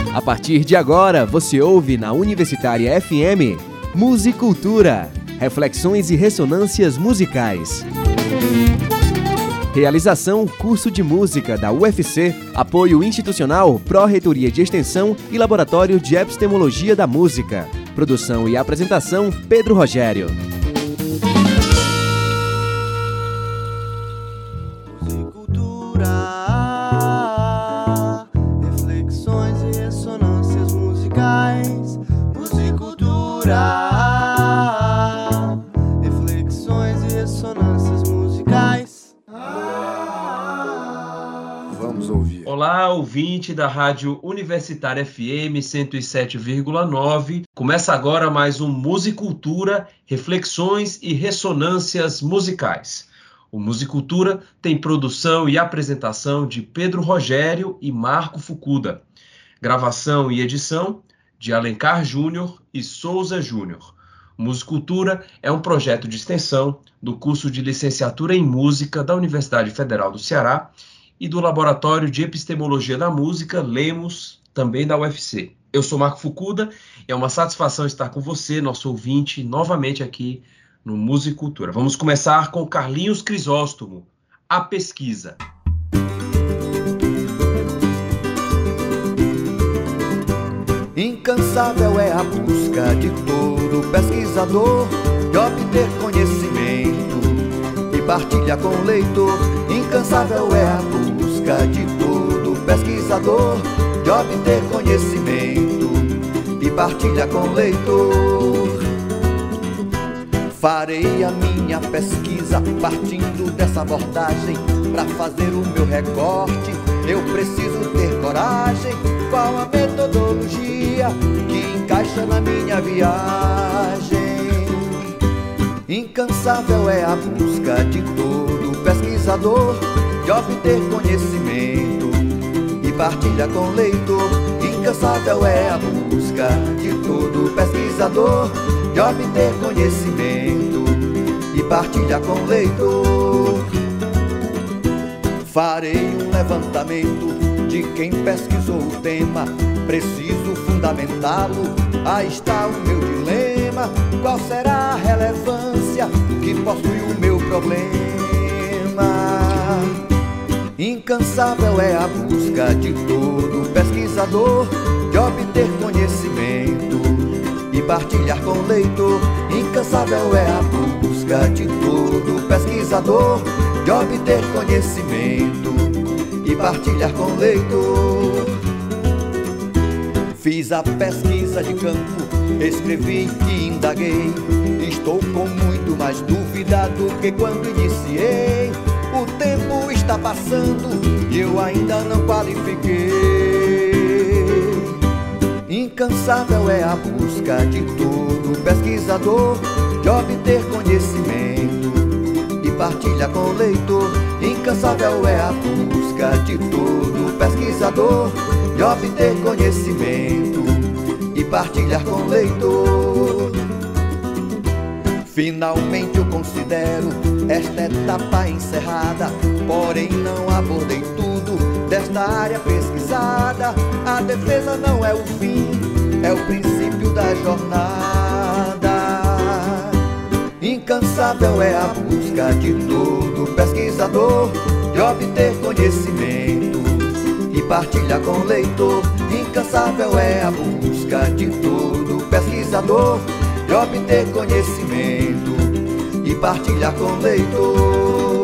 A partir de agora, você ouve na Universitária FM Musicultura, reflexões e ressonâncias musicais. Realização Curso de Música da UFC, apoio institucional Pró-Reitoria de Extensão e Laboratório de Epistemologia da Música. Produção e apresentação Pedro Rogério. Reflexões e ressonâncias musicais. Vamos ouvir. Olá, ouvinte da Rádio Universitária FM 107,9. Começa agora mais um Musicultura, Reflexões e Ressonâncias Musicais. O Musicultura tem produção e apresentação de Pedro Rogério e Marco Fukuda. Gravação e edição de Alencar Júnior e Souza Júnior. Musicultura é um projeto de extensão do curso de Licenciatura em Música da Universidade Federal do Ceará e do Laboratório de Epistemologia da Música, Lemos, também da UFC. Eu sou Marco Fukuda e é uma satisfação estar com você, nosso ouvinte, novamente aqui no Musicultura. Vamos começar com Carlinhos Crisóstomo, A Pesquisa. Incansável é a busca de todo pesquisador de obter conhecimento e partilha com o leitor. Incansável é a busca de todo pesquisador de obter conhecimento e partilha com o leitor. Farei a minha pesquisa partindo dessa abordagem. Para fazer o meu recorte eu preciso ter coragem. Qual a metodologia que encaixa na minha viagem? Incansável é a busca de todo pesquisador de obter conhecimento e partilha com o leitor. Incansável é a busca de todo pesquisador de obter conhecimento e partilha com o leitor. Farei um levantamento de quem pesquisou o tema, preciso fundamentá-lo, aí está o meu dilema. Qual será a relevância que possui o meu problema? Incansável é a busca de todo pesquisador de obter conhecimento e partilhar com o leitor. Incansável é a busca de todo pesquisador de obter conhecimento e partilhar com o leitor. Fiz a pesquisa de campo, escrevi e indaguei. Estou com muito mais dúvida do que quando iniciei. O tempo está passando e eu ainda não qualifiquei. Incansável é a busca de todo pesquisador de obter conhecimento e partilha com o leitor. Incansável é a busca de todo pesquisador de obter conhecimento e partilhar com o leitor. Finalmente eu considero esta etapa encerrada, porém não abordei tudo desta área pesquisada. A defesa não é o fim, é o princípio da jornada. Incansável é a busca de todo pesquisador de obter conhecimento e partilha com o leitor. Incansável é a busca de todo pesquisador de obter conhecimento e partilhar com o leitor.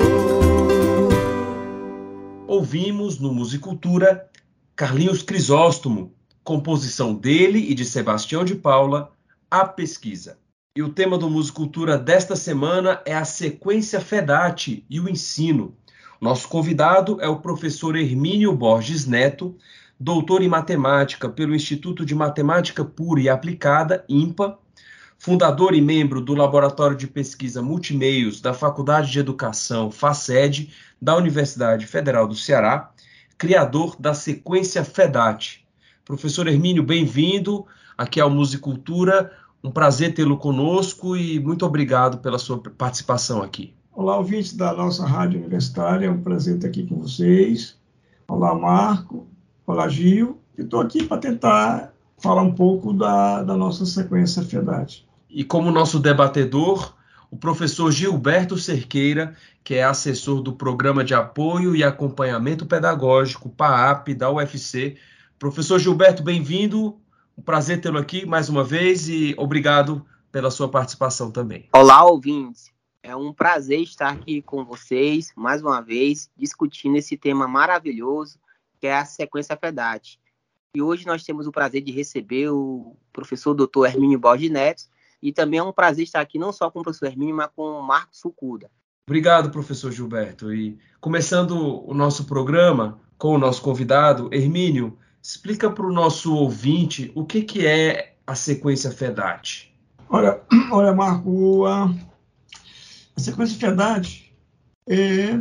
Ouvimos no Musicultura Carlinhos Crisóstomo, composição dele e de Sebastião de Paula, A Pesquisa. E o tema do Musicultura desta semana é a sequência FEDAT e o ensino. Nosso convidado é o professor Hermínio Borges Neto, doutor em matemática pelo Instituto de Matemática Pura e Aplicada, IMPA, fundador e membro do Laboratório de Pesquisa Multimeios da Faculdade de Educação, FACED, da Universidade Federal do Ceará, criador da sequência FEDAT. Professor Hermínio, bem-vindo aqui ao Musicultura. Um prazer tê-lo conosco e muito obrigado pela sua participação aqui. Olá, ouvintes da nossa rádio universitária, é um prazer estar aqui com vocês. Olá, Marco. Olá, Gil. estou aqui para tentar falar um pouco da nossa sequência FEDAT. E como nosso debatedor, o professor Gilberto Cerqueira, que é assessor do Programa de Apoio e Acompanhamento Pedagógico, PAAP, da UFC. Professor Gilberto, bem-vindo. Um prazer tê-lo aqui mais uma vez e obrigado pela sua participação também. Olá, ouvintes. É um prazer estar aqui com vocês, mais uma vez, discutindo esse tema maravilhoso, que é a sequência FEDAT. E hoje nós temos o prazer de receber o professor Dr. Hermínio Borges Neto, e também é um prazer estar aqui não só com o professor Hermínio, mas com o Marcos Fukuda. Obrigado, professor Gilberto. E começando o nosso programa com o nosso convidado, Hermínio, explica para o nosso ouvinte o que é a sequência FEDAT. Olha, Marco, a sequência FEDAT é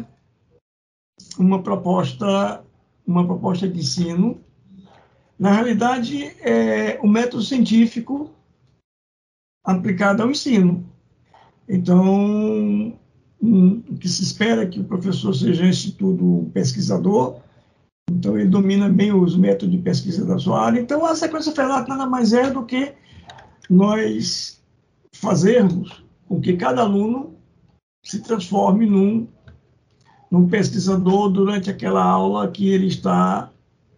uma proposta de ensino. Na realidade, é um método científico aplicado ao ensino. Então, o que se espera é que o professor seja, antes de tudo, pesquisador. Então, ele domina bem os métodos de pesquisa da sua área. Então, a sequência FEDAT nada mais é do que nós fazermos com que cada aluno se transforme num pesquisador durante aquela aula que ele está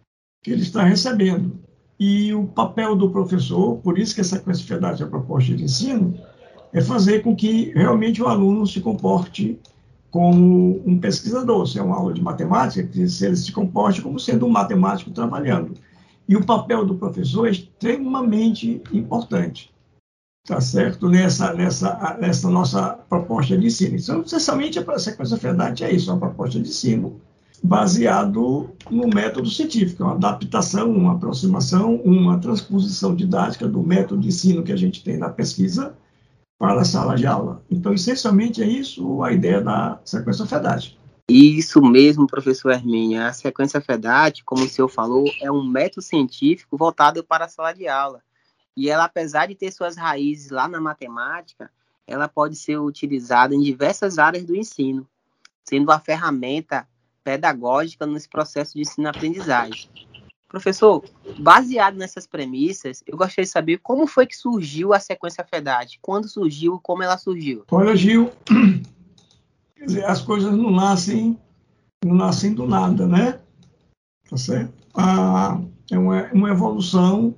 recebendo. E o papel do professor, por isso que a sequência FEDAT é a proposta de ensino, é fazer com que realmente o aluno se comporte como um pesquisador. Se é uma aula de matemática, que se ele se comporte como sendo um matemático trabalhando. E o papel do professor é extremamente importante, tá certo? Nessa nossa proposta de ensino. Então, essencialmente, a sequência FEDAT é isso, uma proposta de ensino baseado no método científico, uma adaptação, uma aproximação, uma transposição didática do método de ensino que a gente tem na pesquisa para a sala de aula. Então, essencialmente, é isso a ideia da sequência FEDAT. Isso mesmo, professor Hermínio. A sequência FEDAT, como o senhor falou, é um método científico voltado para a sala de aula. E ela, apesar de ter suas raízes lá na matemática, ela pode ser utilizada em diversas áreas do ensino, sendo uma ferramenta pedagógica nesse processo de ensino-aprendizagem. Professor, baseado nessas premissas, eu gostaria de saber como foi que surgiu a sequência FEDAT, quando surgiu, como ela surgiu. Olha, Gil, quer dizer, as coisas não nascem do nada, né? Tá certo? É uma evolução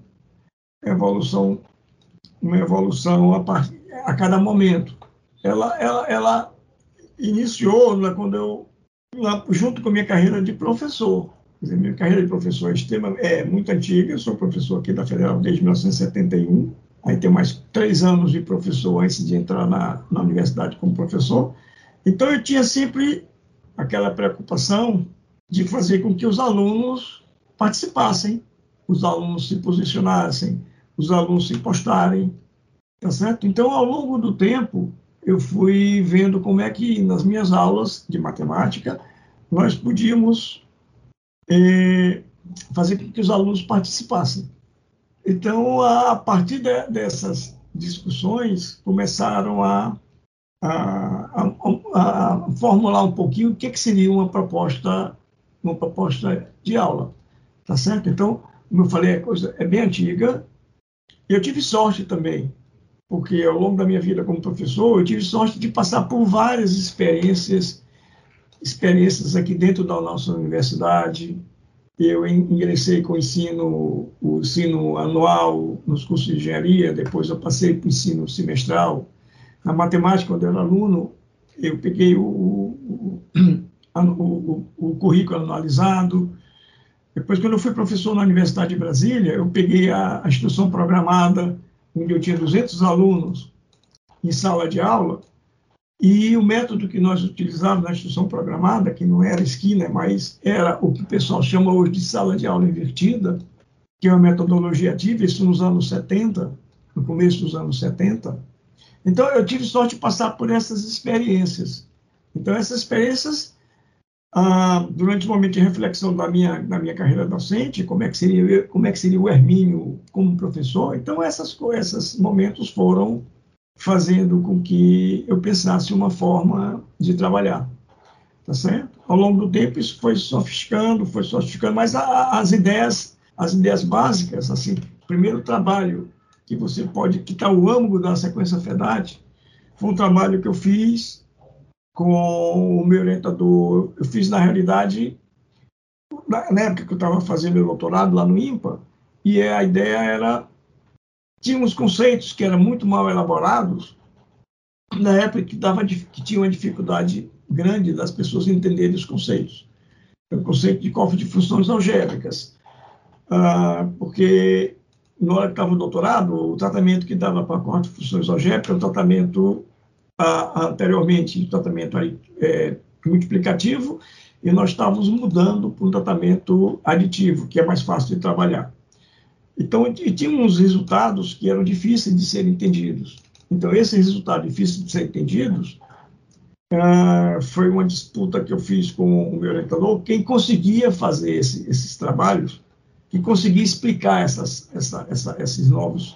a cada momento. Ela iniciou quando eu junto com a minha carreira de professor. Quer dizer, minha carreira de professor é muito antiga, eu sou professor aqui da Federal desde 1971, aí tenho mais 3 anos de professor antes de entrar na universidade como professor. Então, eu tinha sempre aquela preocupação de fazer com que os alunos participassem, os alunos se posicionassem, os alunos se postarem, tá certo? Então, ao longo do tempo, eu fui vendo como é que, nas minhas aulas de matemática, nós podíamos fazer com que os alunos participassem. Então, a partir dessas discussões, começaram a formular um pouquinho o que seria uma proposta de aula, tá certo? Então, como eu falei, a coisa é bem antiga. Eu tive sorte também, porque ao longo da minha vida como professor, eu tive sorte de passar por várias experiências aqui dentro da nossa universidade. Eu ingressei com o ensino anual nos cursos de engenharia, depois eu passei para o ensino semestral. Na matemática, quando eu era aluno, eu peguei o currículo anualizado. Depois, quando eu fui professor na Universidade de Brasília, eu peguei a instrução programada, onde eu tinha 200 alunos em sala de aula, e o método que nós utilizávamos na instrução programada, que não era esquina, mas era o que o pessoal chama hoje de sala de aula invertida, que é uma metodologia ativa, isso nos anos 70, no começo dos anos 70. Então, eu tive sorte de passar por essas experiências. Então, essas experiências, durante o momento de reflexão da minha carreira docente, como é que seria o Hermínio como professor, então esses momentos foram fazendo com que eu pensasse uma forma de trabalhar, tá certo? Ao longo do tempo isso foi sofisticando, mas as ideias as ideias básicas, assim, o primeiro trabalho que está o âmago da sequência FEDAT, foi um trabalho que eu fiz com o meu orientador. Eu fiz, na realidade, na época que eu estava fazendo meu doutorado lá no INPA, e a ideia era, tinha uns conceitos que eram muito mal elaborados, na época que tinha uma dificuldade grande das pessoas entenderem os conceitos. O conceito de cofre de funções algébricas, porque na hora que estava no doutorado, o tratamento que dava para cofre de funções algébricas, o tratamento anteriormente, o tratamento multiplicativo, e nós estávamos mudando para um tratamento aditivo, que é mais fácil de trabalhar. Então, e tinha uns resultados que eram difíceis de serem entendidos. Então, esses resultados difíceis de serem entendidos foi uma disputa que eu fiz com o meu orientador. Quem conseguia fazer esses trabalhos, que conseguia explicar esses novos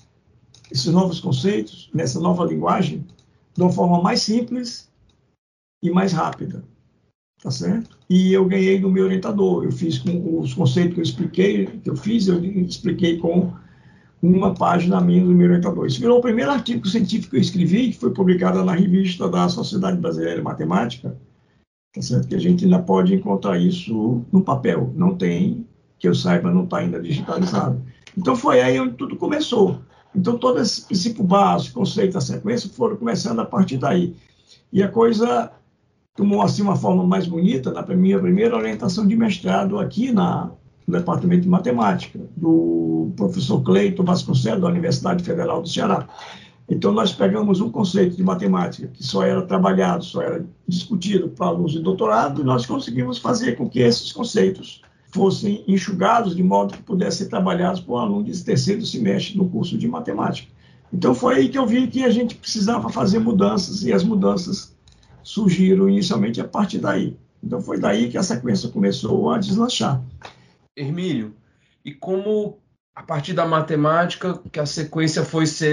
conceitos, nessa nova linguagem, de uma forma mais simples e mais rápida. Tá certo? E eu ganhei do meu orientador. Eu fiz com os conceitos que eu expliquei com uma página minha do meu orientador. Isso virou o primeiro artigo científico que eu escrevi, que foi publicado na revista da Sociedade Brasileira de Matemática, tá certo? Que a gente ainda pode encontrar isso no papel. Não tem, que eu saiba, não está ainda digitalizado. Então, foi aí onde tudo começou. Então, todo esse princípio básico, conceito da sequência, foram começando a partir daí. E a coisa tomou assim uma forma mais bonita na minha primeira orientação de mestrado aqui no Departamento de Matemática, do professor Cleiton Vasconcelos, da Universidade Federal do Ceará. Então, nós pegamos um conceito de matemática que só era trabalhado, só era discutido para alunos de doutorado, e nós conseguimos fazer com que esses conceitos fossem enxugados de modo que pudessem ser trabalhados por um aluno de terceiro semestre no curso de matemática. Então, foi aí que eu vi que a gente precisava fazer mudanças, e as mudanças surgiram inicialmente a partir daí. Então, foi daí que a sequência começou a deslanchar. Hermínio, e como a partir da matemática que a sequência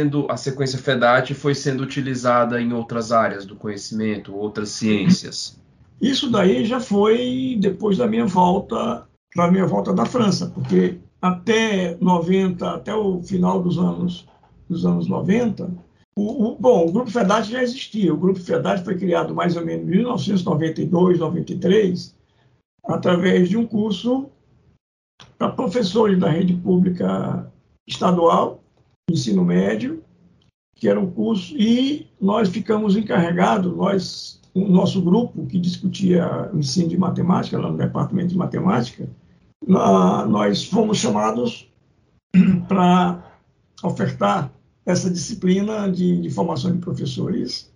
FEDAT foi sendo utilizada em outras áreas do conhecimento, outras ciências? Isso daí já foi depois da minha volta da França, porque até o final dos anos 90, o Grupo FEDAT já existia. O Grupo FEDAT foi criado mais ou menos em 1992, 93, através de um curso para professores da rede pública estadual, ensino médio, que era um curso, e nós ficamos encarregados, o nosso grupo que discutia o ensino de matemática, lá no Departamento de Matemática, nós fomos chamados para ofertar essa disciplina de formação de professores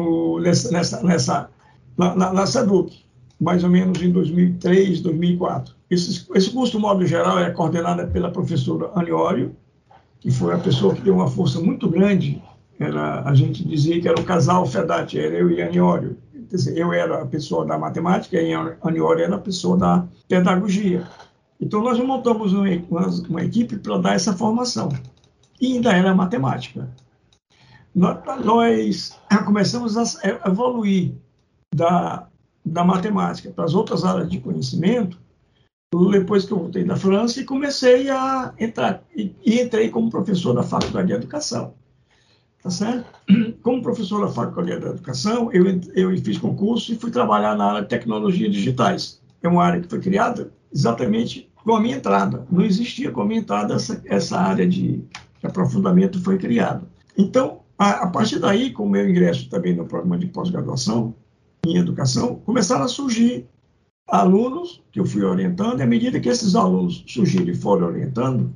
na SEDUC, mais ou menos em 2003, 2004. Esse curso, de modo geral, é coordenado pela professora Aniório, que foi a pessoa que deu uma força muito grande. A gente dizia que era o casal FEDAT, era eu e Aniório. Quer dizer, eu era a pessoa da matemática e a Aniório era a pessoa da pedagogia. Então, nós montamos uma equipe para dar essa formação. E ainda era matemática. Nós começamos a evoluir da matemática para as outras áreas de conhecimento depois que eu voltei da França e comecei a entrar, e entrei como professor da Faculdade de Educação. Tá certo? Como professor da Faculdade de Educação, eu fiz concurso e fui trabalhar na área de tecnologias digitais. É uma área que foi criada exatamente com a minha entrada. Não existia com a minha entrada essa área de aprofundamento foi criada. Então, a partir daí, com o meu ingresso também no programa de pós-graduação em educação, começaram a surgir alunos que eu fui orientando, e à medida que esses alunos surgiram e foram orientando,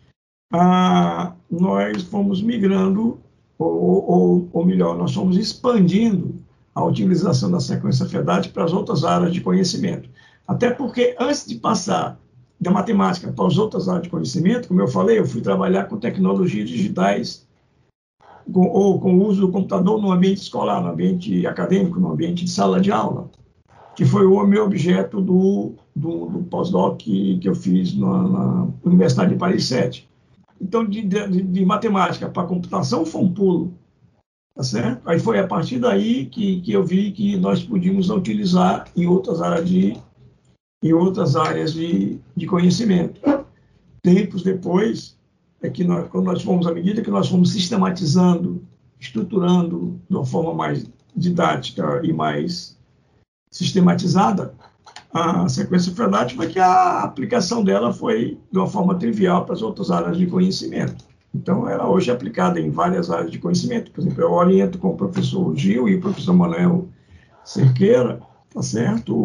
nós fomos migrando, ou melhor, nós fomos expandindo a utilização da sequência FEDAT para as outras áreas de conhecimento. Até porque, antes de passar da matemática para as outras áreas de conhecimento, como eu falei, eu fui trabalhar com tecnologias digitais, ou com o uso do computador no ambiente escolar, no ambiente acadêmico, no ambiente de sala de aula, que foi o meu objeto do pós-doc que eu fiz na Universidade de Paris 7. Então, de matemática para computação foi um pulo, tá certo? Aí foi a partir daí que eu vi que nós podíamos utilizar em outras áreas de conhecimento. tempos depois, quando nós fomos, à medida que nós fomos sistematizando, estruturando de uma forma mais didática e mais sistematizada, a sequência FEDAT, foi que a aplicação dela foi de uma forma trivial para as outras áreas de conhecimento. Então, ela hoje é aplicada em várias áreas de conhecimento. Por exemplo, eu oriento com o professor Gil e o professor Manuel Cerqueira, tá certo?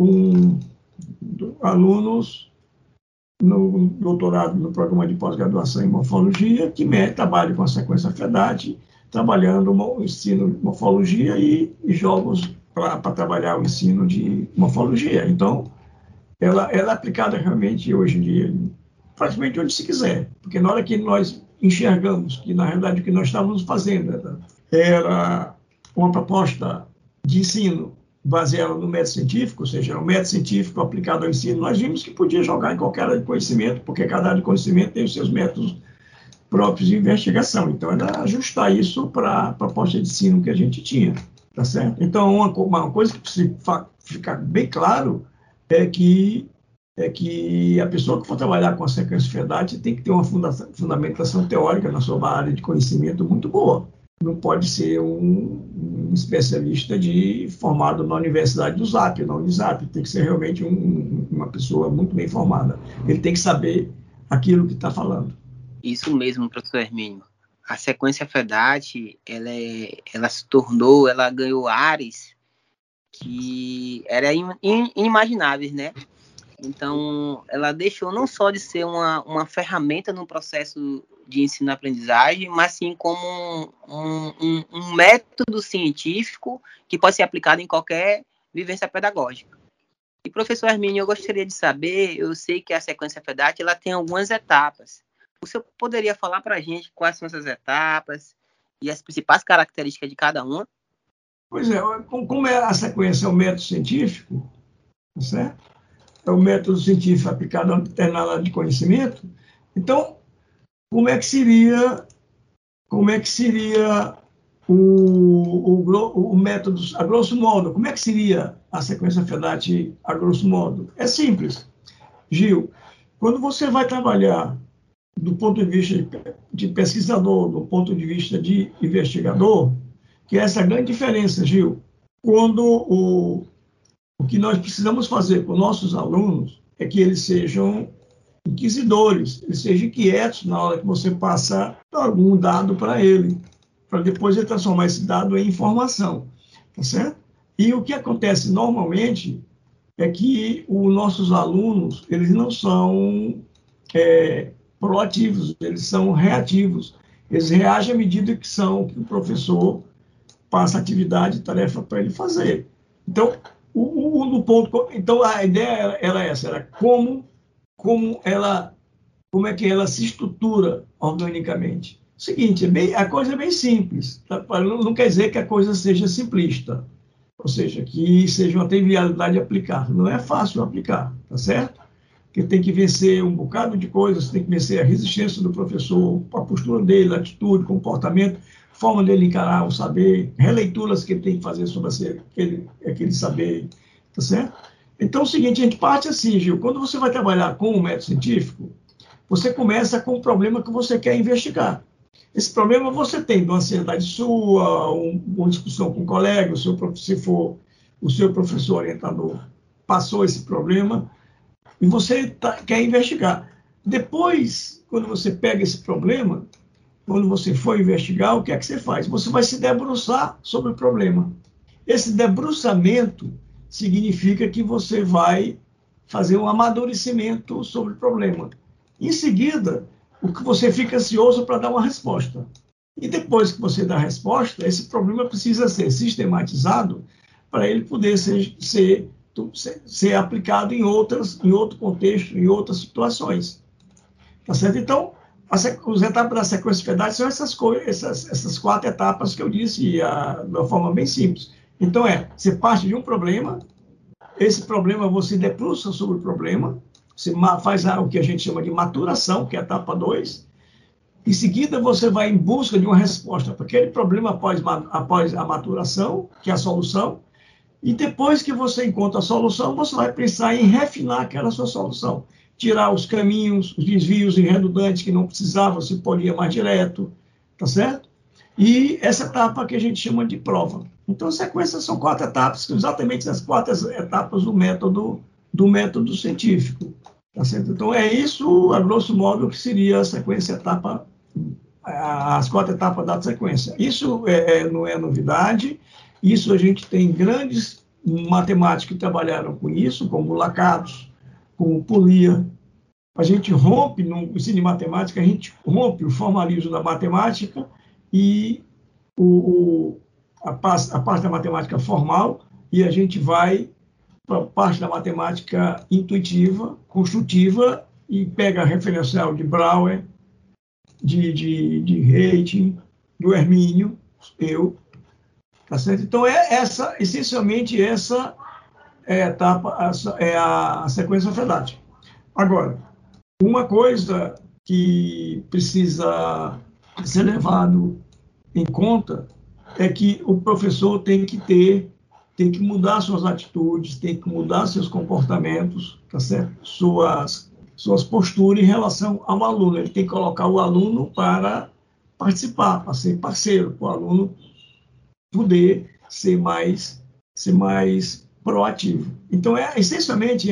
Alunos no doutorado, no programa de pós-graduação em morfologia, que trabalham com a sequência FEDAT, trabalhando o ensino de morfologia e jogos para trabalhar o ensino de morfologia. Então, ela é aplicada realmente hoje em dia, praticamente onde se quiser, porque na hora que nós enxergamos que, na realidade, o que nós estávamos fazendo era uma proposta de ensino baseada no método científico, ou seja, o método científico aplicado ao ensino, nós vimos que podia jogar em qualquer área de conhecimento, porque cada área de conhecimento tem os seus métodos próprios de investigação. Então, era ajustar isso para a proposta de ensino que a gente tinha, tá certo? Então, uma coisa que precisa ficar bem claro é que a pessoa que for trabalhar com a sequência FEDAT tem que ter uma fundamentação teórica na sua área de conhecimento muito boa. Não pode ser um especialista formado na Universidade do Zap, na Unisap. Tem que ser realmente uma pessoa muito bem formada. Ele tem que saber aquilo que está falando. Isso mesmo, professor Hermínio. A sequência FEDAT, ela ganhou ares que eram inimagináveis, né? Então, ela deixou não só de ser uma ferramenta no processo de ensino-aprendizagem, mas sim como um método científico que pode ser aplicado em qualquer vivência pedagógica. E, professor Hermínio, eu gostaria de saber, eu sei que a sequência FEDAT ela tem algumas etapas. O senhor poderia falar para a gente quais são essas etapas e as principais características de cada uma? Pois é, como a sequência é um método científico, certo? É um método científico aplicado a uma determinada área de conhecimento, então, como é que seria o método, a grosso modo, como é que seria a sequência FEDAT a grosso modo? É simples. Gil, quando você vai trabalhar do ponto de vista de pesquisador, do ponto de vista de investigador, que é essa grande diferença, Gil, quando o que nós precisamos fazer com nossos alunos é que eles sejam inquisidores, eles sejam inquietos na hora que você passa algum dado para ele, para depois ele transformar esse dado em informação, tá certo? E o que acontece normalmente é que os nossos alunos, eles não são proativos, eles são reativos, eles reagem à medida que o professor passa atividade, tarefa para ele fazer. Então, então a ideia era essa, era como é que ela se estrutura organicamente. Seguinte, a coisa é bem simples, tá? Não quer dizer que a coisa seja simplista, ou seja, que seja uma trivialidade de aplicar. Não é fácil aplicar, tá certo? Porque tem que vencer um bocado de coisas, tem que vencer a resistência do professor, a postura dele, a atitude, comportamento, forma dele encarar o saber, releituras que ele tem que fazer sobre aquele saber, tá certo? Então, é o seguinte, a gente parte assim, Gil, quando você vai trabalhar com o método científico, você começa com o problema que você quer investigar. Esse problema você tem de uma ansiedade sua, uma discussão com um colega, se for o seu professor orientador passou esse problema, e você quer investigar. Depois, quando você pega esse problema, quando você for investigar, o que é que você faz? Você vai se debruçar sobre o problema. Esse debruçamento significa que você vai fazer um amadurecimento sobre o problema. Em seguida, o que você fica ansioso para dar uma resposta. E depois que você dá a resposta, esse problema precisa ser sistematizado para ele poder ser aplicado em outro contexto, em outras situações. Tá certo? Então, as etapas da sequência FEDAT são essas 4 etapas que eu disse de uma forma bem simples. Então, você parte de um problema, esse problema você debruça sobre o problema, você faz o que a gente chama de maturação, que é a etapa 2. Em seguida, você vai em busca de uma resposta para aquele problema após a maturação, que é a solução. E depois que você encontra a solução, você vai pensar em refinar aquela sua solução. tirar os caminhos, os desvios irredundantes que não precisava, se polia mais direto, tá certo? E essa etapa que a gente chama de prova. Então, a sequência são 4 etapas, exatamente as 4 etapas do método científico, tá certo? Então, é isso, a grosso modo, que seria a sequência etapa, as 4 etapas da sequência. Isso não é novidade, isso a gente tem grandes matemáticos que trabalharam com isso, como Lakatos, como Puglia. A gente rompe, no ensino de matemática, a gente rompe o formalismo da matemática e a parte da matemática formal, e a gente vai para a parte da matemática intuitiva, construtiva, e pega referencial de Brouwer, de Reiting, do Hermínio, tá certo? Então, essencialmente, essa é a etapa, é a sequência FEDAT. Agora, uma coisa que precisa ser levado em conta é que o professor tem que mudar suas atitudes, tem que mudar seus comportamentos, tá certo? Suas posturas em relação ao aluno. Ele tem que colocar o aluno para participar, para ser parceiro, para o aluno poder ser mais proativo. Então, essencialmente,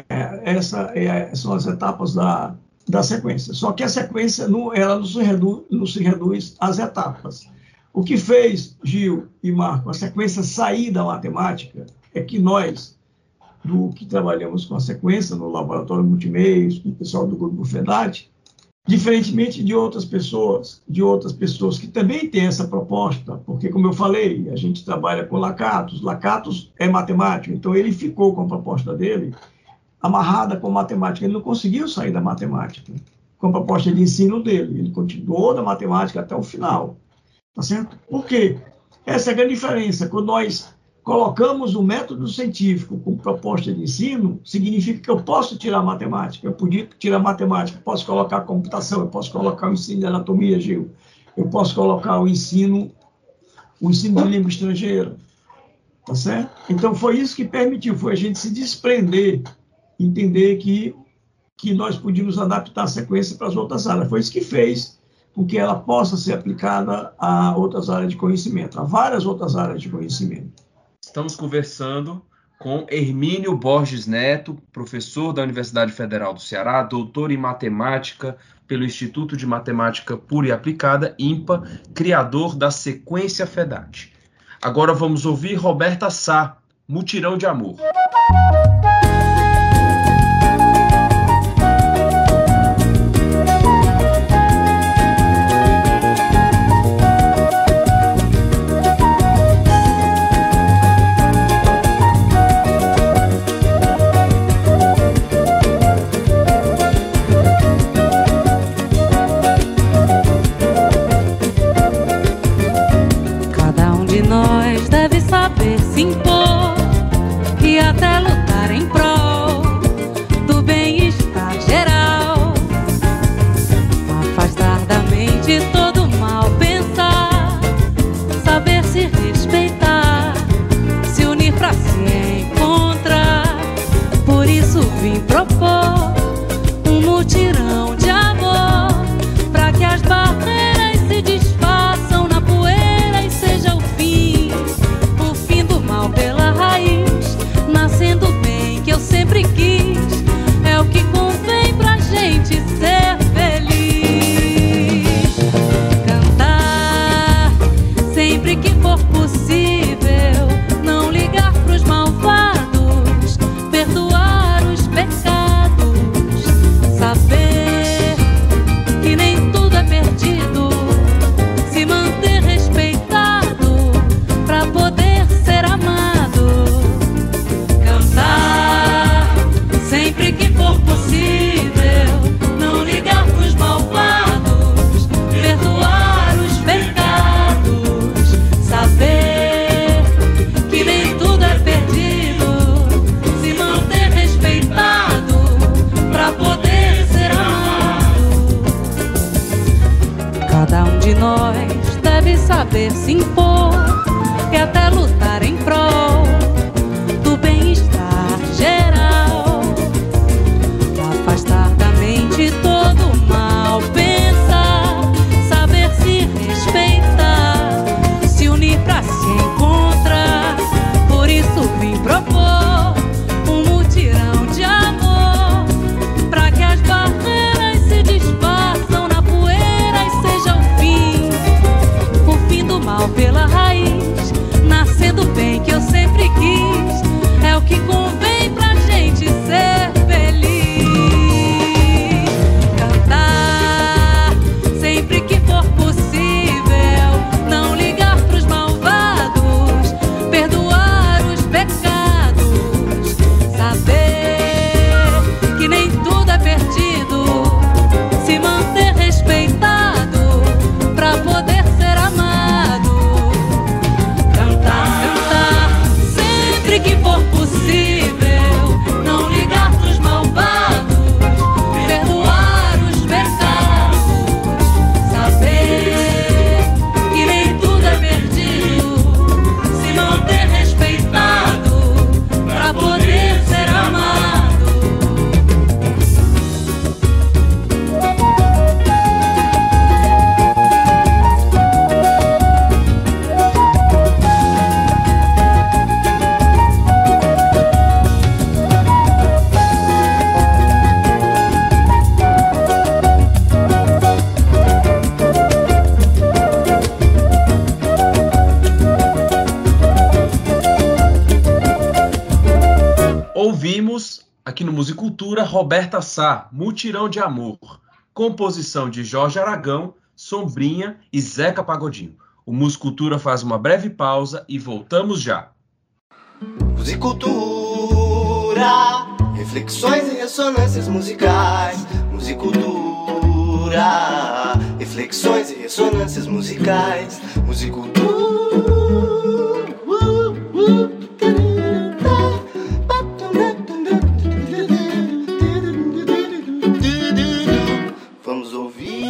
são as etapas da sequência. Só que a sequência ela não se reduz às etapas. O que fez, Gil e Marco, a sequência sair da matemática é que nós, que trabalhamos com a sequência no laboratório multimeios, com o pessoal do grupo FEDAT, diferentemente de outras pessoas que também têm essa proposta, porque, como eu falei, a gente trabalha com Lakatos. Lakatos é matemático, então ele ficou com a proposta dele amarrada com matemática. Ele não conseguiu sair da matemática com a proposta de ensino dele. Ele continuou na matemática até o final. Tá certo? Por quê? Essa é a grande diferença. Quando nós colocamos o método científico com proposta de ensino, significa que eu posso tirar matemática. Eu podia tirar matemática, posso colocar computação, eu posso colocar o ensino de anatomia, Gil, eu posso colocar o ensino de língua estrangeira. Tá certo? Então, foi isso que permitiu, foi a gente se desprender, entender que nós podíamos adaptar a sequência para as outras áreas. Foi isso que fez com que ela possa ser aplicada a outras áreas de conhecimento, a várias outras áreas de conhecimento. Estamos conversando com Hermínio Borges Neto, professor da Universidade Federal do Ceará, doutor em matemática pelo Instituto de Matemática Pura e Aplicada, IMPA, criador da sequência FEDAT. Agora vamos ouvir Roberta Sá, Mutirão de Amor. Se impor e até lutar em prol do bem-estar geral, afastar da mente todo mal pensar, saber se respeitar, se unir pra se encontrar. Por isso vim propor um mutirão de amor, pra que as barreiras se desfaçam na poeira e seja o fim pela raiz, nascendo bem que eu sempre quis. É o que convém pra gente ser feliz. Cantar sempre que for possível, não ligar pros malvados, perdoar os pecados, saber que nem tudo é perdido, se manter respeitado pra poder ser amado. Cantar sempre que for possível, não ligar pros malvados, perdoar os pecados, saber que nem tudo é perdido, se manter respeitado pra poder ser amado. Cada um de nós deve saber se impor e até lutar em prol do bem-estar geral, afastar Musicultura Roberta Sá, Mutirão de Amor. Composição de Jorge Aragão, Sombrinha e Zeca Pagodinho. O Musicultura faz uma breve pausa e voltamos já. Musicultura, reflexões e ressonâncias musicais. Musicultura, reflexões e ressonâncias musicais. Musicultura. Vamos ouvir.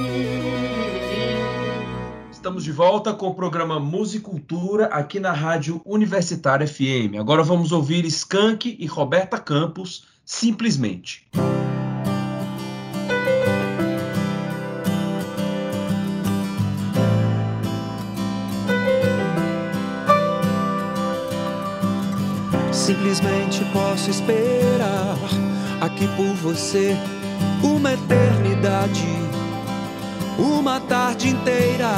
Estamos de volta com o programa Musicultura aqui na Rádio Universitária FM. Agora vamos ouvir Skank e Roberta Campos, Simplesmente. Simplesmente posso esperar aqui por você uma eternidade, uma tarde inteira.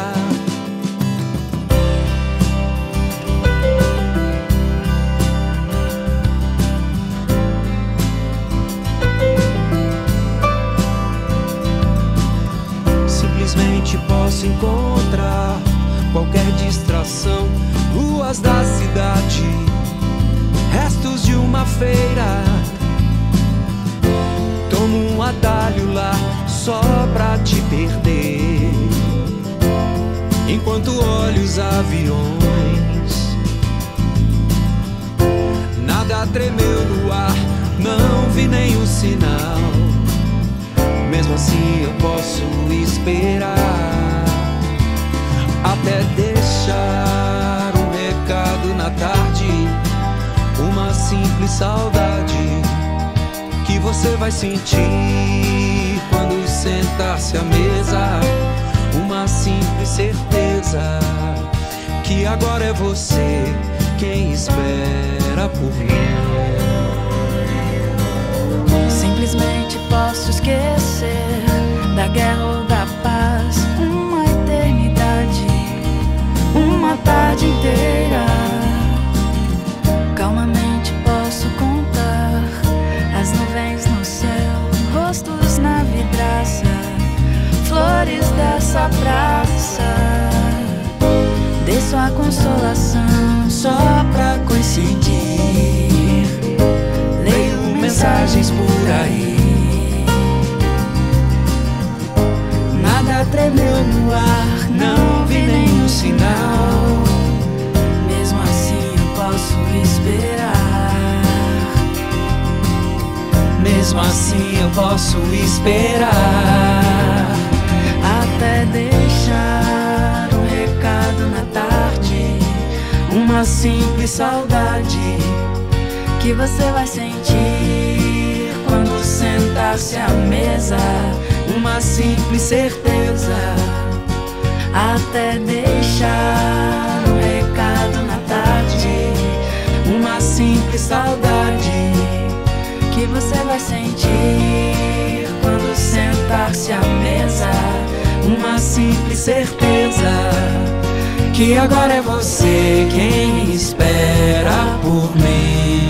Simplesmente posso encontrar qualquer distração, ruas da cidade, restos de uma feira. Tomo um atalho lá só pra te perder, enquanto olho os aviões. Nada tremeu no ar, não vi nenhum sinal. Mesmo assim eu posso esperar até deixar um recado na tarde, uma simples saudade que você vai sentir quando sentar-se à mesa. Uma simples certeza que agora é você quem espera por mim. Simplesmente posso esquecer da guerra ou da paz, uma eternidade, uma tarde inteira. Calmamente posso contar as nuvens no céu, rostos na vidraça, flores dessa praça. Desço a consolação só pra coincidir, leio mensagens por aí. Nada tremeu no ar, não vi nenhum sinal. Mesmo assim eu posso esperar. Mesmo assim eu posso esperar até deixar um recado na tarde, uma simples saudade que você vai sentir quando sentar-se à mesa. Uma simples certeza até deixar um recado na tarde, uma simples saudade que você vai sentir quando sentar-se à mesa. Uma simples certeza que agora é você quem espera por mim.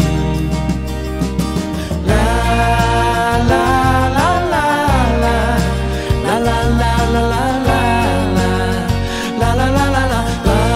La la la la la la la la la la la la la la.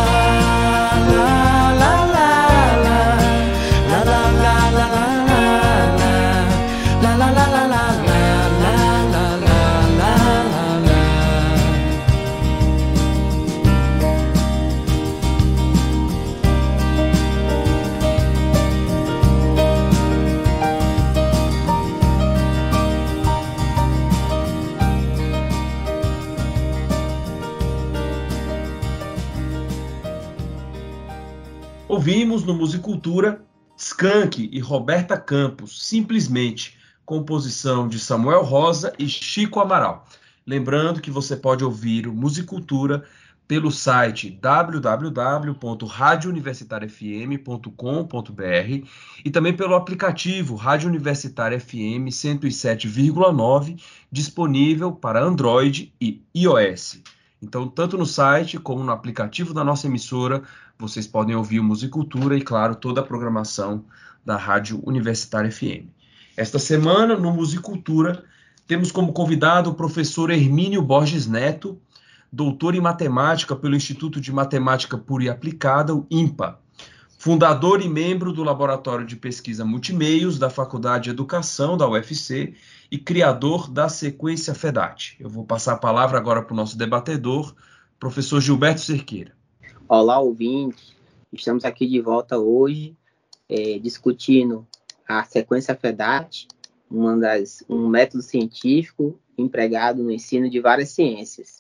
Ouvimos no Musicultura Skank e Roberta Campos, Simplesmente, composição de Samuel Rosa e Chico Amaral. Lembrando que você pode ouvir o Musicultura pelo site www.radiouniversitariafm.com.br e também pelo aplicativo Rádio Universitária FM 107,9, disponível para Android e iOS. Então, tanto no site como no aplicativo da nossa emissora, vocês podem ouvir o Musicultura e, claro, toda a programação da Rádio Universitária FM. Esta semana, no Musicultura, temos como convidado o professor Hermínio Borges Neto, doutor em matemática pelo Instituto de Matemática Pura e Aplicada, o IMPA, fundador e membro do Laboratório de Pesquisa Multimeios da Faculdade de Educação da UFC e criador da sequência FEDAT. Eu vou passar a palavra agora para o nosso debatedor, professor Gilberto Cerqueira. Olá, ouvintes. Estamos aqui de volta hoje, discutindo a sequência FEDAT, um método científico empregado no ensino de várias ciências.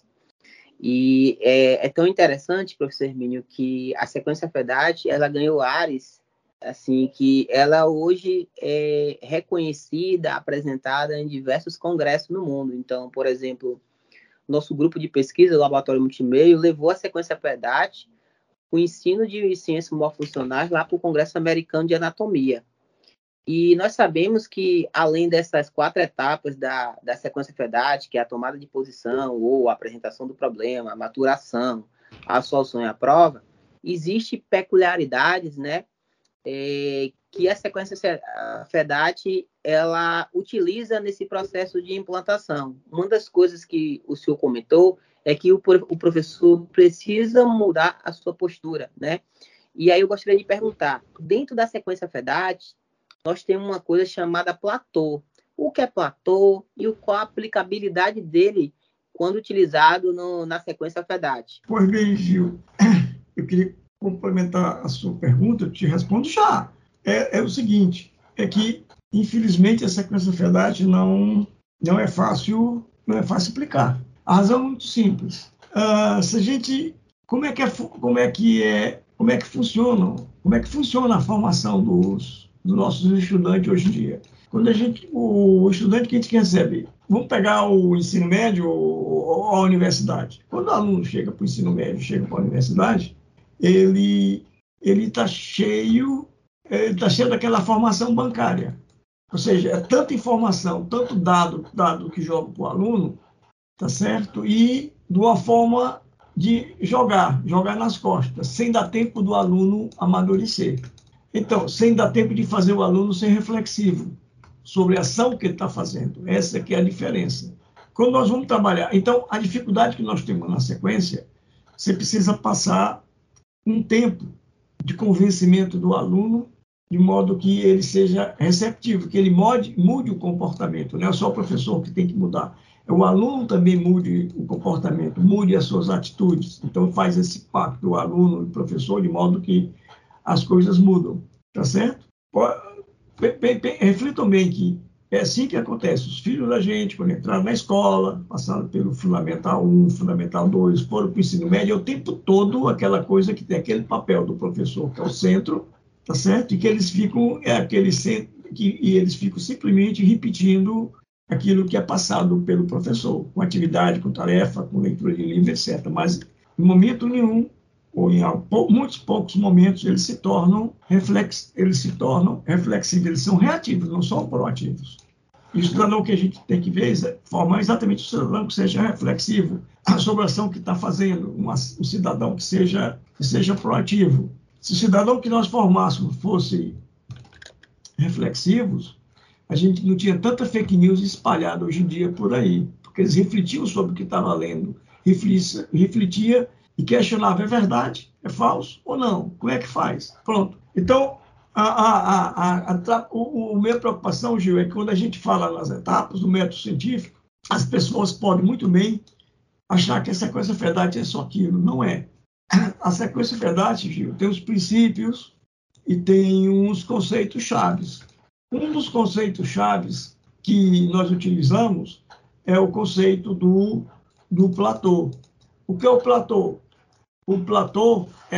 E é tão interessante, professor Hermínio, que a sequência FEDAT, ela ganhou ares, assim, que ela hoje é reconhecida, apresentada em diversos congressos no mundo. Então, por exemplo, nosso grupo de pesquisa, o Laboratório Multimeio, levou a sequência FEDAT, o ensino de ciências morfofuncionais, lá para o Congresso Americano de Anatomia. E nós sabemos que, além dessas 4 etapas da sequência FEDAT, que é a tomada de posição ou a apresentação do problema, a maturação, a solução e a prova, existem peculiaridades, né, que a sequência FEDAT ela utiliza nesse processo de implantação. Uma das coisas que o senhor comentou é que o professor precisa mudar a sua postura, né? E aí eu gostaria de perguntar, dentro da sequência FEDAT, nós temos uma coisa chamada platô. O que é platô e qual a aplicabilidade dele quando utilizado na sequência FEDAT? Pois bem, Gil, eu queria complementar a sua pergunta, eu te respondo já. É o seguinte, é que, infelizmente, a sequência FEDAT não é fácil aplicar. A razão é muito simples. Como é que funciona a formação dos nossos estudantes hoje em dia? O estudante que a gente recebe, vamos pegar o ensino médio ou a universidade. Quando o aluno chega para o ensino médio, chega para a universidade, ele está cheio daquela formação bancária. Ou seja, é tanta informação, tanto dado que joga para o aluno, tá certo? E de uma forma de jogar nas costas, sem dar tempo do aluno amadurecer. Então, sem dar tempo de fazer o aluno ser reflexivo sobre a ação que ele está fazendo. Essa que é a diferença. Quando nós vamos trabalhar... Então, a dificuldade que nós temos na sequência, você precisa passar um tempo de convencimento do aluno, de modo que ele seja receptivo, que ele mude o comportamento. Não é só o professor que tem que mudar. O aluno também mude o comportamento, mude as suas atitudes. Então, faz esse pacto do aluno e professor, de modo que as coisas mudam, tá certo? Reflitam bem que é assim que acontece. Os filhos da gente, quando entraram na escola, passaram pelo Fundamental 1, Fundamental 2, foram para o ensino médio, é o tempo todo aquela coisa que tem aquele papel do professor, que é o centro, tá certo? E que eles ficam, eles ficam simplesmente repetindo aquilo que é passado pelo professor, com atividade, com tarefa, com leitura de livro, etc. Mas, em momento nenhum, ou em muitos poucos momentos, eles se tornam reflexivos, eles são reativos, não são proativos. E o cidadão que a gente tem que ver é formar exatamente o cidadão que seja reflexivo sobre a ação que está fazendo, um cidadão que seja proativo. Se o cidadão que nós formássemos fosse reflexivos, a gente não tinha tanta fake news espalhada hoje em dia por aí, porque eles refletiam sobre o que estava lendo, refletia e questionava, é verdade, é falso ou não, como é que faz? Pronto. Então, a minha preocupação, Gil, é que quando a gente fala nas etapas do método científico, as pessoas podem muito bem achar que a sequência FEDAT é só aquilo, não é. A sequência FEDAT, Gil, tem os princípios e tem uns conceitos chaves. Um dos conceitos chaves que nós utilizamos é o conceito do platô. O que é o platô? O platô é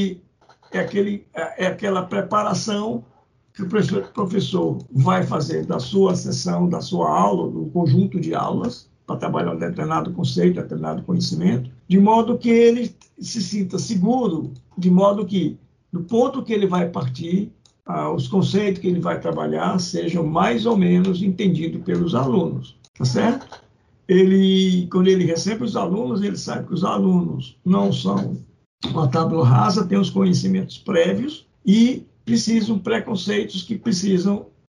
aquela preparação que o professor vai fazer da sua sessão, da sua aula, do conjunto de aulas, para trabalhar um determinado conceito, determinado conhecimento, de modo que ele se sinta seguro, de modo que, do ponto que ele vai partir, os conceitos que ele vai trabalhar sejam mais ou menos entendidos pelos alunos, tá certo? Quando ele recebe os alunos, ele sabe que os alunos não são uma tábua rasa, têm os conhecimentos prévios e precisam preconceitos que precisam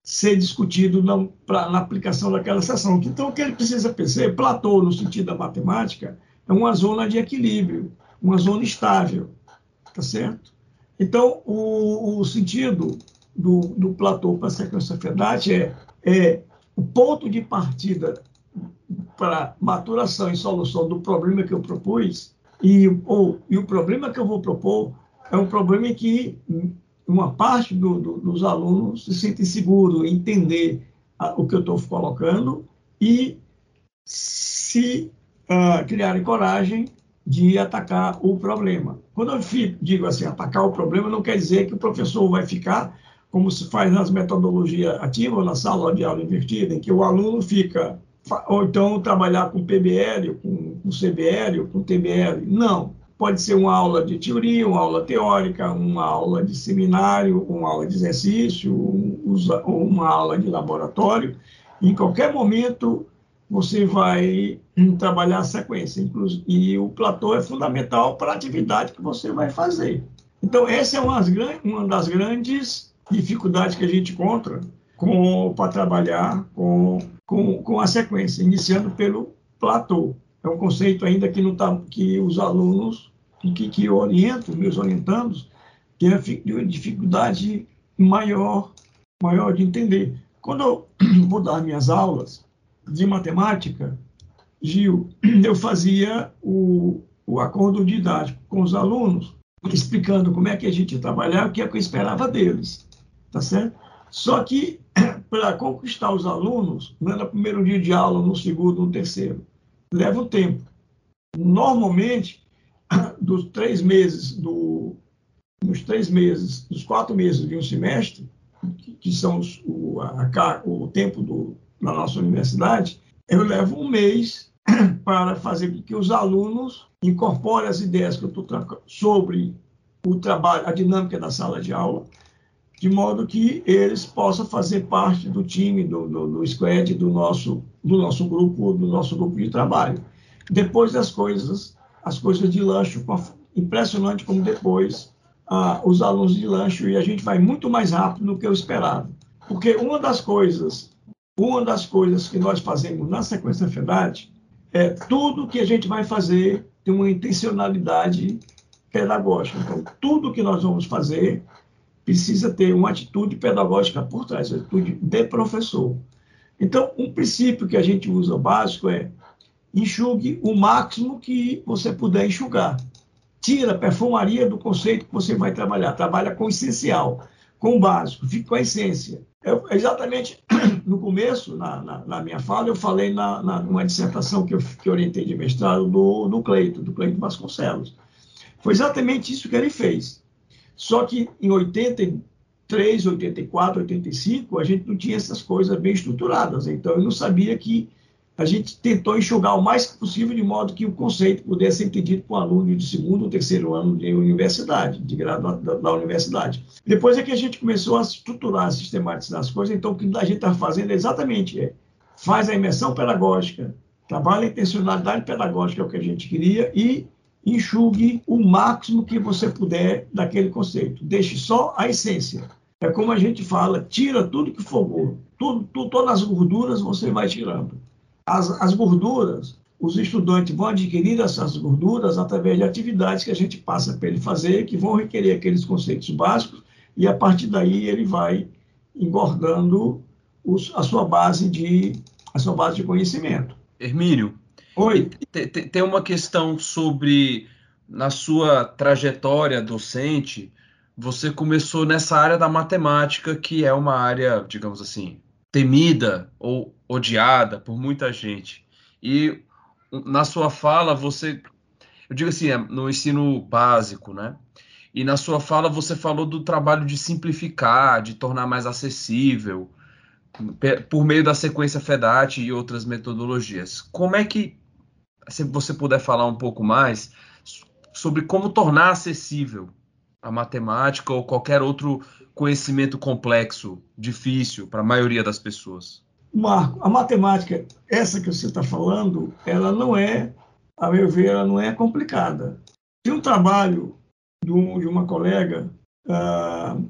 ser discutido na aplicação daquela seção. Então, o que ele precisa perceber, platô, no sentido da matemática, é uma zona de equilíbrio, uma zona estável, tá certo? Então, o sentido do platô para a sequência FEDAT é o ponto de partida para maturação e solução do problema que eu propus, e o problema que eu vou propor é um problema em que uma parte dos alunos se sentem seguros em entender o que eu estou colocando e se criarem coragem de atacar o problema. Quando eu digo assim, atacar o problema, não quer dizer que o professor vai ficar, como se faz nas metodologias ativas, na sala de aula invertida, em que o aluno fica, ou então trabalhar com PBL, com CBL, com TBL. Não. Pode ser uma aula de teoria, uma aula teórica, uma aula de seminário, uma aula de exercício, uma aula de laboratório. Em qualquer momento, você vai trabalhar a sequência. E o platô é fundamental para a atividade que você vai fazer. Então, essa é uma das grandes dificuldades que a gente encontra para trabalhar com a sequência, iniciando pelo platô. É um conceito ainda que não tá, que os alunos que orientam, meus orientandos, têm uma dificuldade maior de entender. Quando eu vou dar minhas aulas de matemática, Gil, eu fazia o acordo didático com os alunos, explicando como é que a gente ia trabalhar, o que é que eu esperava deles, tá certo? Só que, para conquistar os alunos, não é no primeiro dia de aula, no segundo, no terceiro, leva um tempo. Normalmente, dos 3 meses, dos 4 meses de um semestre, que são o tempo na nossa universidade, eu levo um mês para fazer com que os alunos incorporem as ideias que eu estou trocando sobre o trabalho, a dinâmica da sala de aula, de modo que eles possam fazer parte do time, do squad, do nosso grupo de trabalho. Depois as coisas de lanche, impressionante como depois os alunos de lanche, e a gente vai muito mais rápido do que eu esperava. Porque uma das coisas que nós fazemos na sequência FEDAT é tudo que a gente vai fazer tem uma intencionalidade pedagógica. Então, tudo que nós vamos fazer precisa ter uma atitude pedagógica por trás, uma atitude de professor. Então, um princípio que a gente usa básico é enxugue o máximo que você puder enxugar. Tira a perfumaria do conceito que você vai trabalhar. Trabalha com o essencial, com o básico, fica com a essência. Exatamente no começo, na minha fala, eu falei numa dissertação que orientei de mestrado do Cleito Vasconcelos. Foi exatamente isso que ele fez. Só que em 83, 84, 85, a gente não tinha essas coisas bem estruturadas. Então, eu não sabia que a gente tentou enxugar o mais possível de modo que o conceito pudesse ser entendido por um aluno de segundo ou terceiro ano de universidade, de grado da universidade. Depois é que a gente começou a estruturar, a sistematizar as coisas. Então, o que a gente está fazendo é exatamente faz a imersão pedagógica, trabalha a intencionalidade pedagógica, é o que a gente queria, e enxugue o máximo que você puder daquele conceito. Deixe só a essência. É como a gente fala, tira tudo que for gordo. Todas as gorduras você vai tirando. As gorduras, os estudantes vão adquirir essas gorduras através de atividades que a gente passa para ele fazer, que vão requerer aqueles conceitos básicos, e a partir daí ele vai engordando a sua base de conhecimento. Hermínio, oi. Tem uma questão sobre, na sua trajetória docente, você começou nessa área da matemática, que é uma área, digamos assim, temida ou odiada por muita gente. E na sua fala, eu digo assim, no ensino básico, né? E na sua fala você falou do trabalho de simplificar, de tornar mais acessível, por meio da sequência FEDAT e outras metodologias. Como é que, se você puder falar um pouco mais sobre como tornar acessível a matemática ou qualquer outro conhecimento complexo, difícil para a maioria das pessoas? Marco, a matemática, essa que você está falando, ela não é, a meu ver, ela não é complicada. Tem um trabalho de uma colega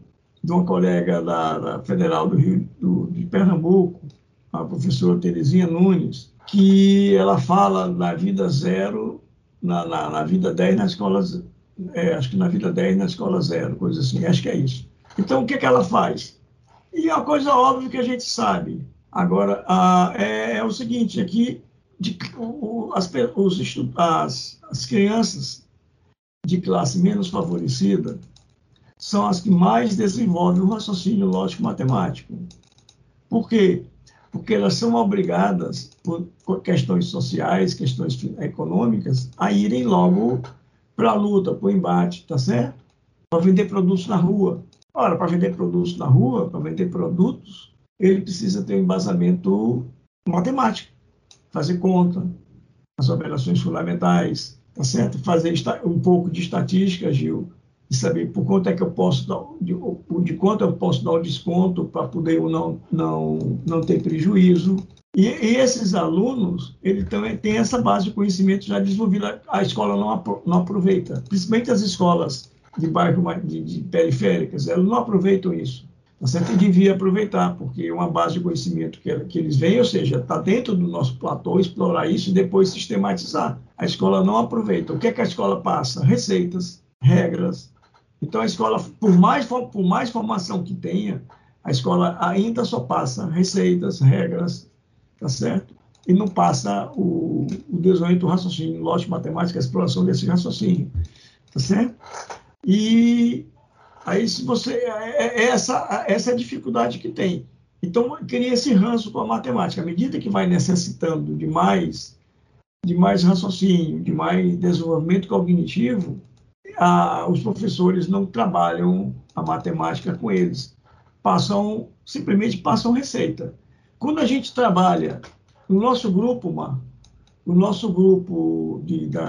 de uma colega da Federal do Rio de Pernambuco, a professora Terezinha Nunes, que ela fala na vida 0, na vida 10 na escola, acho que na vida 10 na escola 0, coisa assim, acho que é isso. Então, o que ela faz? E é uma coisa óbvia que a gente sabe. Agora, é o seguinte, aqui, as crianças de classe menos favorecida são as que mais desenvolvem o raciocínio lógico-matemático. Por quê? Porque elas são obrigadas, por questões sociais, questões econômicas, a irem logo para a luta, para o embate, tá certo? Para vender produtos na rua. Ora, para vender produtos na rua, para vender produtos, ele precisa ter um embasamento matemático, fazer conta, as operações fundamentais, tá certo? Fazer um pouco de estatística, Gil, e saber por quanto é que eu posso dar, de quanto eu posso dar o desconto para poder eu não ter prejuízo. E esses alunos, ele também tem essa base de conhecimento já desenvolvida, a escola não aproveita, principalmente as escolas de bairro de periféricas, elas não aproveitam isso. Você devia aproveitar, porque é uma base de conhecimento que eles veem, ou seja, está dentro do nosso platô, explorar isso e depois sistematizar. A escola não aproveita. O que é que a escola passa? Receitas, regras. Então, a escola, por mais formação que tenha, a escola ainda só passa receitas, regras, tá certo? E não passa o desenvolvimento do raciocínio, lógico, matemática, a exploração desse raciocínio, tá certo? E aí, se você... essa é a dificuldade que tem. Então, cria esse ranço com a matemática. À medida que vai necessitando de mais raciocínio, de mais desenvolvimento cognitivo, os professores não trabalham a matemática com eles. Simplesmente passam receita. Quando a gente trabalha no nosso grupo, o nosso grupo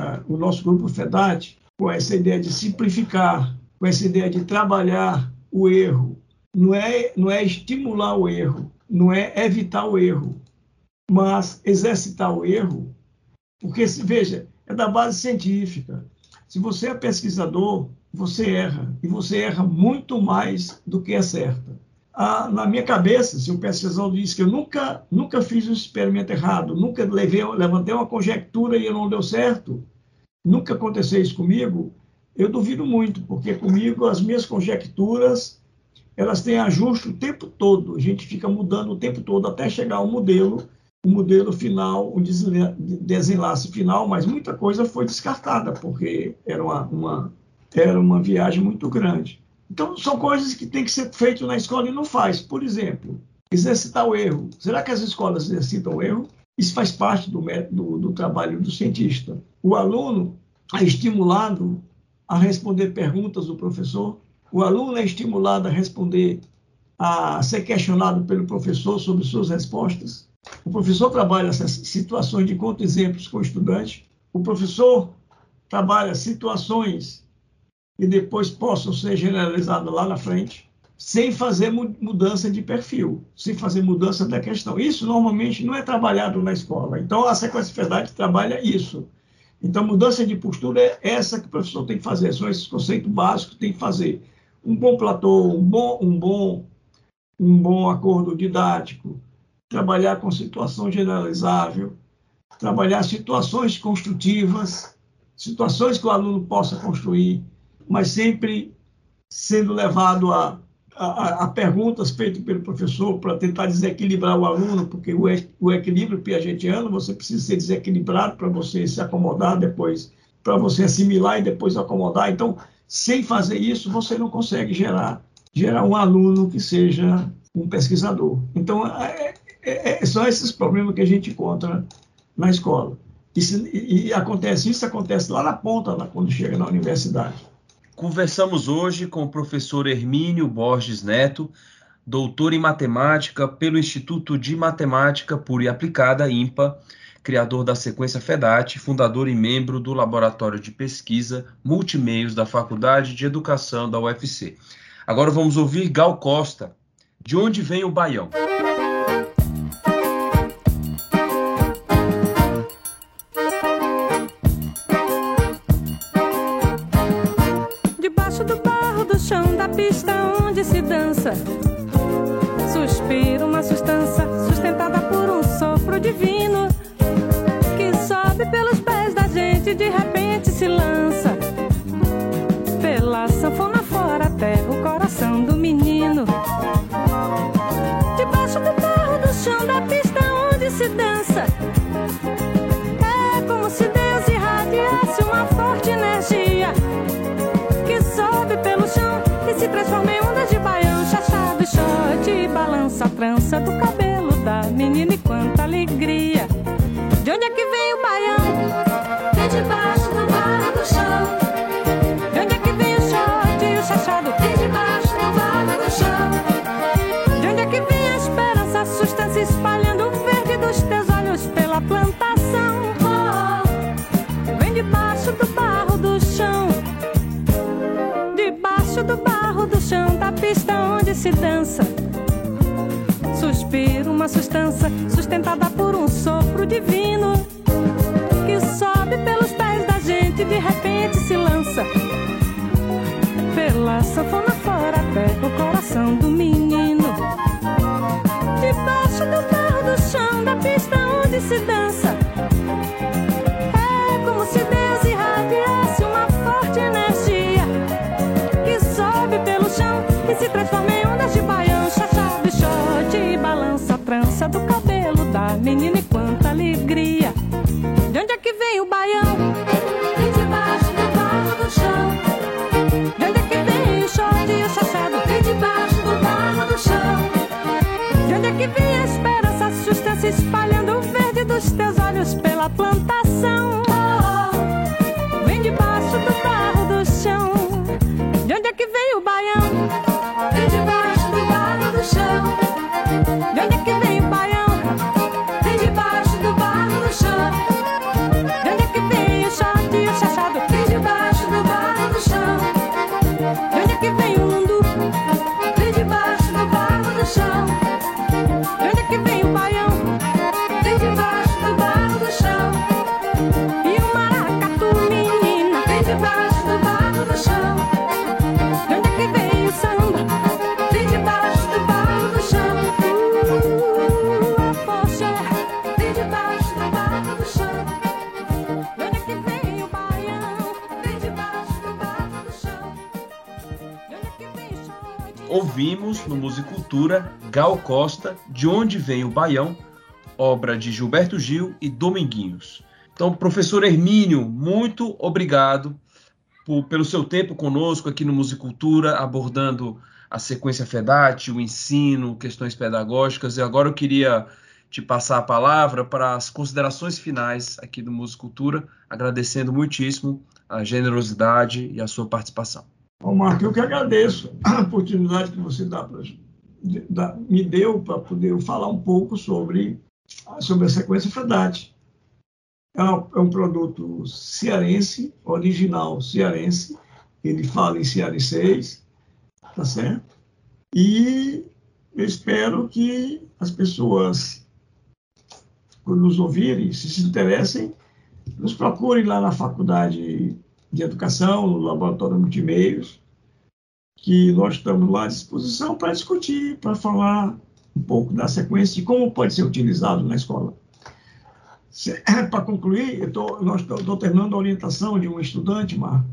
FEDAT, com essa ideia de simplificar, com essa ideia de trabalhar o erro, não é estimular o erro, não é evitar o erro, mas exercitar o erro, porque, veja, é da base científica. Se você é pesquisador, você erra, e você erra muito mais do que acerta. Na minha cabeça, se o pesquisador diz que eu nunca fiz um experimento errado, nunca levantei uma conjectura e não deu certo, nunca aconteceu isso comigo, eu duvido muito, porque comigo as minhas conjecturas, elas têm ajuste o tempo todo, a gente fica mudando o tempo todo até chegar ao modelo final, um desenlace final, mas muita coisa foi descartada, porque era uma viagem muito grande. Então, são coisas que têm que ser feitas na escola e não faz. Por exemplo, exercitar o erro. Será que as escolas exercitam o erro? Isso faz parte do trabalho do cientista. O aluno é estimulado a responder perguntas do professor, o aluno é estimulado a ser questionado pelo professor sobre suas respostas. O professor trabalha essas situações de contra-exemplos com o estudante. O professor trabalha situações que depois possam ser generalizadas lá na frente, sem fazer mudança de perfil, sem fazer mudança da questão. Isso normalmente não é trabalhado na escola. Então, a sequência FEDAT trabalha isso. Então, mudança de postura é essa que o professor tem que fazer. São esses conceitos básicos que tem que fazer. Um bom platô, um bom acordo didático, trabalhar com situação generalizável, trabalhar situações construtivas, situações que o aluno possa construir, mas sempre sendo levado a perguntas feitas pelo professor para tentar desequilibrar o aluno, porque o equilíbrio piagetiano, você precisa ser desequilibrado para você se acomodar depois, para você assimilar e depois acomodar. Então, sem fazer isso, você não consegue gerar um aluno que seja um pesquisador. Então, são esses problemas que a gente encontra na escola. Isso acontece lá na ponta, quando chega na universidade. Conversamos hoje com o professor Hermínio Borges Neto, doutor em matemática pelo Instituto de Matemática Pura e Aplicada, IMPA, criador da sequência FEDAT, fundador e membro do Laboratório de Pesquisa Multimeios da Faculdade de Educação da UFC. Agora vamos ouvir Gal Costa, De Onde Vem o Baião? Debaixo do barro do chão da pista onde onde se dança. Suspiro, uma sustância sustentada por um sopro divino que sobe pelos pés da gente e de repente se lança pela sanfona fora até o coração do menino. Debaixo do barro do chão da pista onde se dança. É como se Deus irradiasse uma forte energia que sobe pelo chão e se transforma em ondas de baião, chachado e shot, e balança a trança do cabelo da menina e quanta alegria. De onde é que vem o baião? Vem debaixo do barro do chão. De onde é que vem o shot e o chachado? Vem debaixo do barro do chão. De onde é que vem a esperança, a sustância espalhando o verde dos teus olhos pela plantação? Oh, vem debaixo do barro do chão. Debaixo do barro do chão da pista onde se dança. Suspiro, uma sustância sustentada por um sopro divino que sobe pelos pés da gente e de repente se lança pela sanfona fora até o coração do menino. Debaixo do barro do chão da pista onde se dança. É como se Deus irradiasse uma forte energia que sobe pelo chão e se transforma em ondas de baião, chachado e shot, e balança a trança do cabelo da menina e quanta alegria. De onde é que vem o baião? Vem debaixo do barro do chão. De onde é que vem o shot e o chachado? Vem debaixo do barro do chão. De onde é que vem a esperança, a sustância espalhando o verde dos teus olhos pela plantação? Oh, vem debaixo do barro do chão. De onde é que vem o baião? Vem debaixo do barro do chão. De onde é que vem o baião? Vem debaixo do barro do chão. De onde é que vem o shot e o chachado? Vem debaixo do barro do chão. De onde é que vem o lundu? Vem debaixo do barro do chão. De onde é que vem o baião? Vem debaixo do barro do chão. E o maracatu, menina, vem debaixo do barro do chão. De onde é que vem o samba? Vem debaixo do barro do chão. Poxa, vem debaixo do barro do chão. De onde é que vem o baião? Vem debaixo do barro do chão. De onde é que vem o shot? Ouvimos no Musicultura Gal Costa, De Onde Vem o Baião, obra de Gilberto Gil e Dominguinhos. Então, professor Hermínio, muito obrigado pelo seu tempo conosco aqui no Musicultura, abordando a sequência FEDAT, o ensino, questões pedagógicas. E agora eu queria te passar a palavra para as considerações finais aqui do Musicultura, agradecendo muitíssimo a generosidade e a sua participação. Bom, Marco, eu que agradeço a oportunidade que você me deu para poder falar um pouco sobre a sequência FEDAT. É um produto cearense, original cearense, ele fala em cearenseis, tá certo? E eu espero que as pessoas, quando nos ouvirem, se interessem, nos procurem lá na Faculdade de Educação, no Laboratório Multimeios, que nós estamos lá à disposição para discutir, para falar um pouco da sequência de como pode ser utilizado na escola. Para concluir, estou terminando a orientação de um estudante, Marco.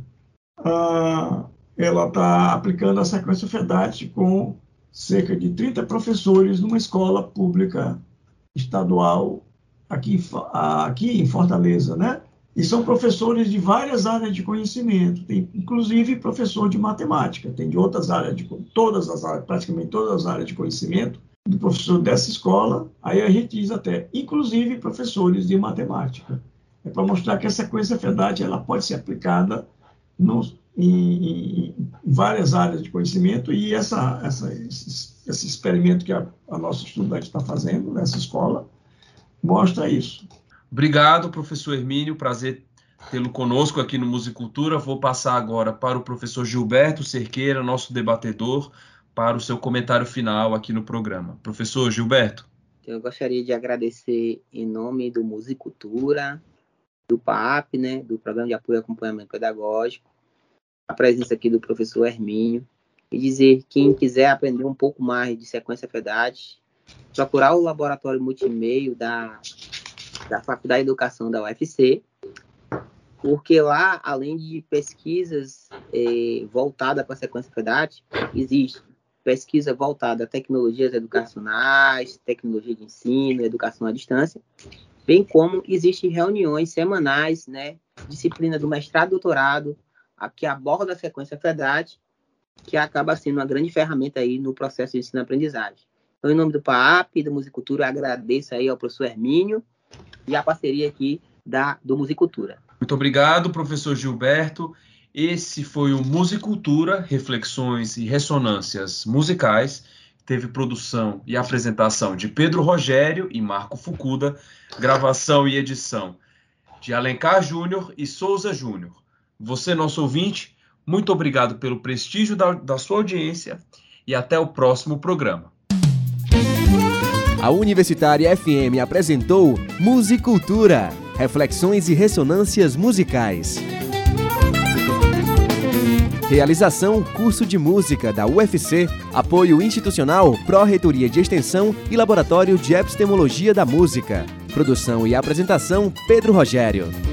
Ela está aplicando a sequência FEDAT com cerca de 30 professores numa escola pública estadual aqui em Fortaleza, né? E são professores de várias áreas de conhecimento, tem inclusive professor de matemática, tem de outras áreas, praticamente todas as áreas de conhecimento, do professor dessa escola, aí a gente diz até, inclusive professores de matemática. É para mostrar que a sequência FEDAT ela pode ser aplicada em várias áreas de conhecimento, e esse experimento que a nossa estudante está fazendo nessa escola mostra isso. Obrigado, professor Hermínio, prazer tê-lo conosco aqui no Musicultura. Vou passar agora para o professor Gilberto Cerqueira, nosso debatedor, para o seu comentário final aqui no programa. Professor Gilberto. Eu gostaria de agradecer em nome do Musicultura, do PAP, né, do Programa de Apoio e Acompanhamento Pedagógico, a presença aqui do professor Hermínio, e dizer quem quiser aprender um pouco mais de sequência FEDAT, procurar o laboratório multimeio da Faculdade de Educação da UFC, porque lá, além de pesquisas voltadas para a sequência FEDAT, existe pesquisa voltada a tecnologias educacionais, tecnologia de ensino, educação à distância, bem como existem reuniões semanais, né, disciplina do mestrado e doutorado, que aborda a sequência FEDAT, que acaba sendo uma grande ferramenta aí no processo de ensino-aprendizagem. Então, em nome do PAAP e da Musicultura, agradeço aí ao professor Hermínio e a parceria aqui do Musicultura. Muito obrigado, professor Gilberto. Esse foi o Musicultura, Reflexões e Ressonâncias Musicais. Teve produção e apresentação de Pedro Rogério e Marco Fukuda, gravação e edição de Alencar Júnior e Souza Júnior. Você, nosso ouvinte, muito obrigado pelo prestígio da sua audiência e até o próximo programa. A Universitária FM apresentou Musicultura, Reflexões e Ressonâncias Musicais. Realização Curso de Música da UFC, apoio institucional Pró-Reitoria de Extensão e Laboratório de Epistemologia da Música. Produção e apresentação Pedro Rogério.